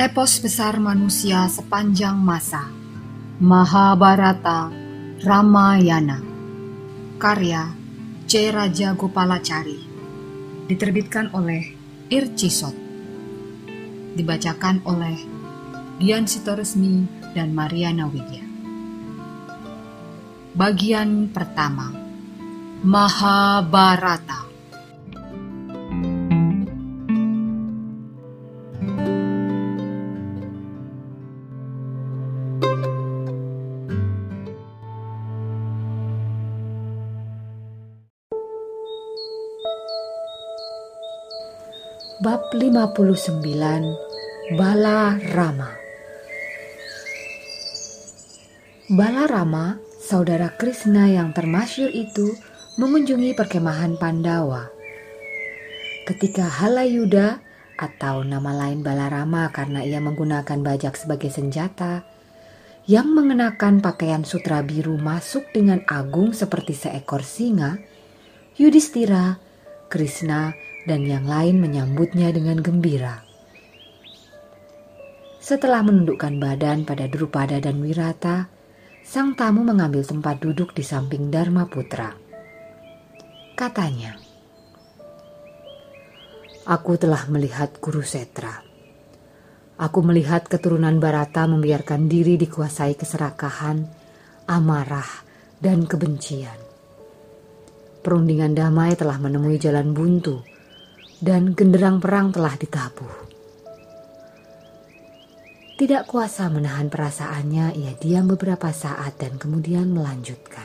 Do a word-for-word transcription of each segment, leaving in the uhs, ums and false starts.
Epos besar manusia sepanjang masa, Mahabharata Ramayana, karya C. Raja Gopalacari, diterbitkan oleh Ircisot, dibacakan oleh Dian Sitoresmi dan Mariana Widya. Bagian pertama, Mahabharata. Bab lima puluh sembilan, Balarama. Balarama, saudara Krishna yang termasyhur itu, mengunjungi perkemahan Pandawa. Ketika Halayuda, atau nama lain Balarama karena ia menggunakan bajak sebagai senjata, yang mengenakan pakaian sutra biru masuk dengan agung seperti seekor singa, Yudhistira, Krishna, dan yang lain menyambutnya dengan gembira. Setelah menundukkan badan pada Drupada dan Wirata, sang tamu mengambil tempat duduk di samping Dharmaputra. Katanya, "Aku telah melihat Kurusetra. Aku melihat keturunan Bharata membiarkan diri dikuasai keserakahan, amarah, dan kebencian. Perundingan damai telah menemui jalan buntu, dan genderang perang telah ditabuh." Tidak kuasa menahan perasaannya, ia diam beberapa saat dan kemudian melanjutkan.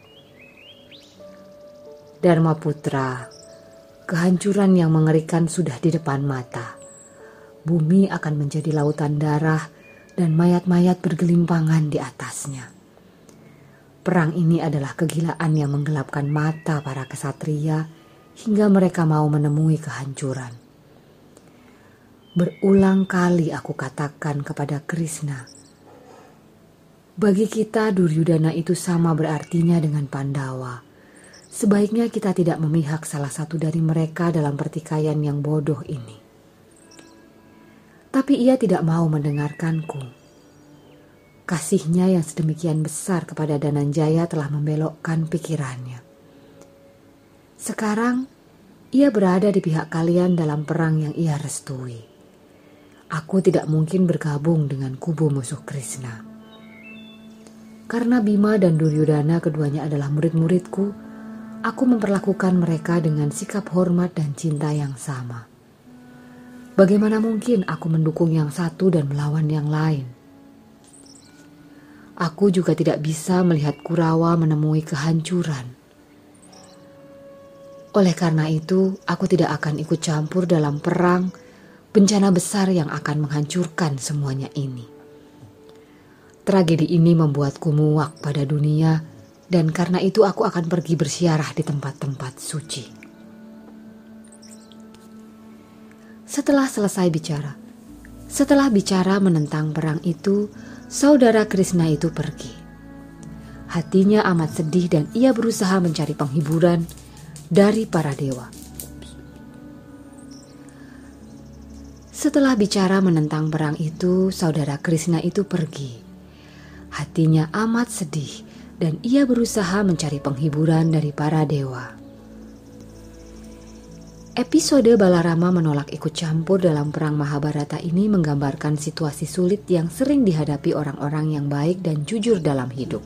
"Dharmaputra, kehancuran yang mengerikan sudah di depan mata. Bumi akan menjadi lautan darah dan mayat-mayat bergelimpangan di atasnya. Perang ini adalah kegilaan yang menggelapkan mata para kesatria hingga mereka mau menemui kehancuran. Berulang kali aku katakan kepada Krishna, bagi kita Duryudana itu sama berartinya dengan Pandawa. Sebaiknya kita tidak memihak salah satu dari mereka dalam pertikaian yang bodoh ini. Tapi ia tidak mau mendengarkanku. Kasihnya yang sedemikian besar kepada Dananjaya telah membelokkan pikirannya. Sekarang, ia berada di pihak kalian dalam perang yang ia restui. Aku tidak mungkin bergabung dengan kubu musuh Krishna. Karena Bima dan Duryudana keduanya adalah murid-muridku, aku memperlakukan mereka dengan sikap hormat dan cinta yang sama. Bagaimana mungkin aku mendukung yang satu dan melawan yang lain? Aku juga tidak bisa melihat Kurawa menemui kehancuran. Oleh karena itu, aku tidak akan ikut campur dalam perang, bencana besar yang akan menghancurkan semuanya ini. Tragedi ini membuatku muak pada dunia, dan karena itu aku akan pergi bersiarah di tempat-tempat suci." Setelah selesai bicara, setelah bicara menentang perang itu, saudara Krishna itu pergi. Hatinya amat sedih dan ia berusaha mencari penghiburan dari para dewa. Setelah bicara menentang perang itu, saudara Krishna itu pergi. Hatinya amat sedih dan ia berusaha mencari penghiburan dari para dewa. Episode Balarama menolak ikut campur dalam perang Mahabharata ini menggambarkan situasi sulit yang sering dihadapi orang-orang yang baik dan jujur dalam hidup.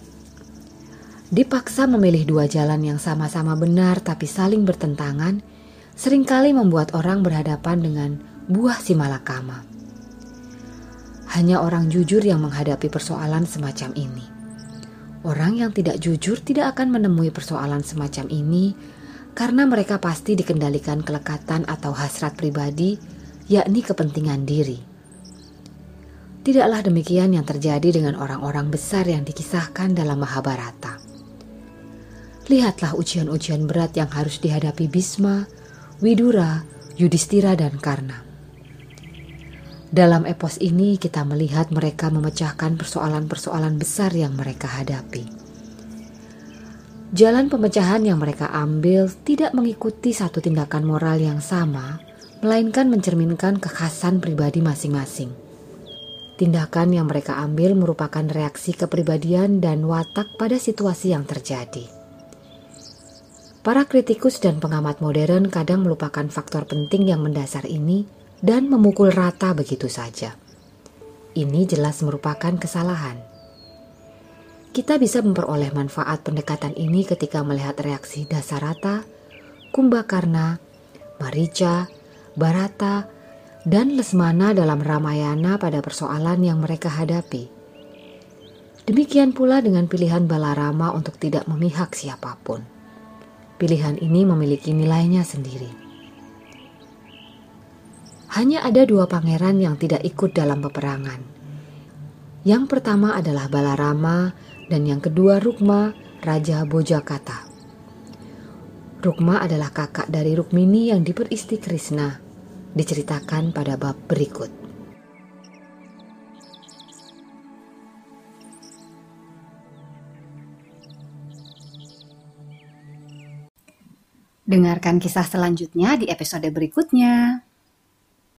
Dipaksa memilih dua jalan yang sama-sama benar tapi saling bertentangan, seringkali membuat orang berhadapan dengan buah simalakama. Hanya orang jujur yang menghadapi persoalan semacam ini. Orang yang tidak jujur tidak akan menemui persoalan semacam ini karena mereka pasti dikendalikan kelekatan atau hasrat pribadi, yakni kepentingan diri. Tidaklah demikian yang terjadi dengan orang-orang besar yang dikisahkan dalam Mahabharata. Lihatlah ujian-ujian berat yang harus dihadapi Bhisma, Widura, Yudhistira, dan Karna. Dalam epos ini kita melihat mereka memecahkan persoalan-persoalan besar yang mereka hadapi. Jalan pemecahan yang mereka ambil tidak mengikuti satu tindakan moral yang sama, melainkan mencerminkan kekhasan pribadi masing-masing. Tindakan yang mereka ambil merupakan reaksi kepribadian dan watak pada situasi yang terjadi. Para kritikus dan pengamat modern kadang melupakan faktor penting yang mendasar ini dan memukul rata begitu saja. Ini jelas merupakan kesalahan. Kita bisa memperoleh manfaat pendekatan ini ketika melihat reaksi Dasarata, Kumbakarna, Marica, Bharata, dan Lesmana dalam Ramayana pada persoalan yang mereka hadapi. Demikian pula dengan pilihan Balarama untuk tidak memihak siapapun. Pilihan ini memiliki nilainya sendiri. Hanya ada dua pangeran yang tidak ikut dalam peperangan. Yang pertama adalah Balarama dan yang kedua Rukma, Raja Bojakata. Rukma adalah kakak dari Rukmini yang diperisti Krishna, diceritakan pada bab berikut. Dengarkan kisah selanjutnya di episode berikutnya.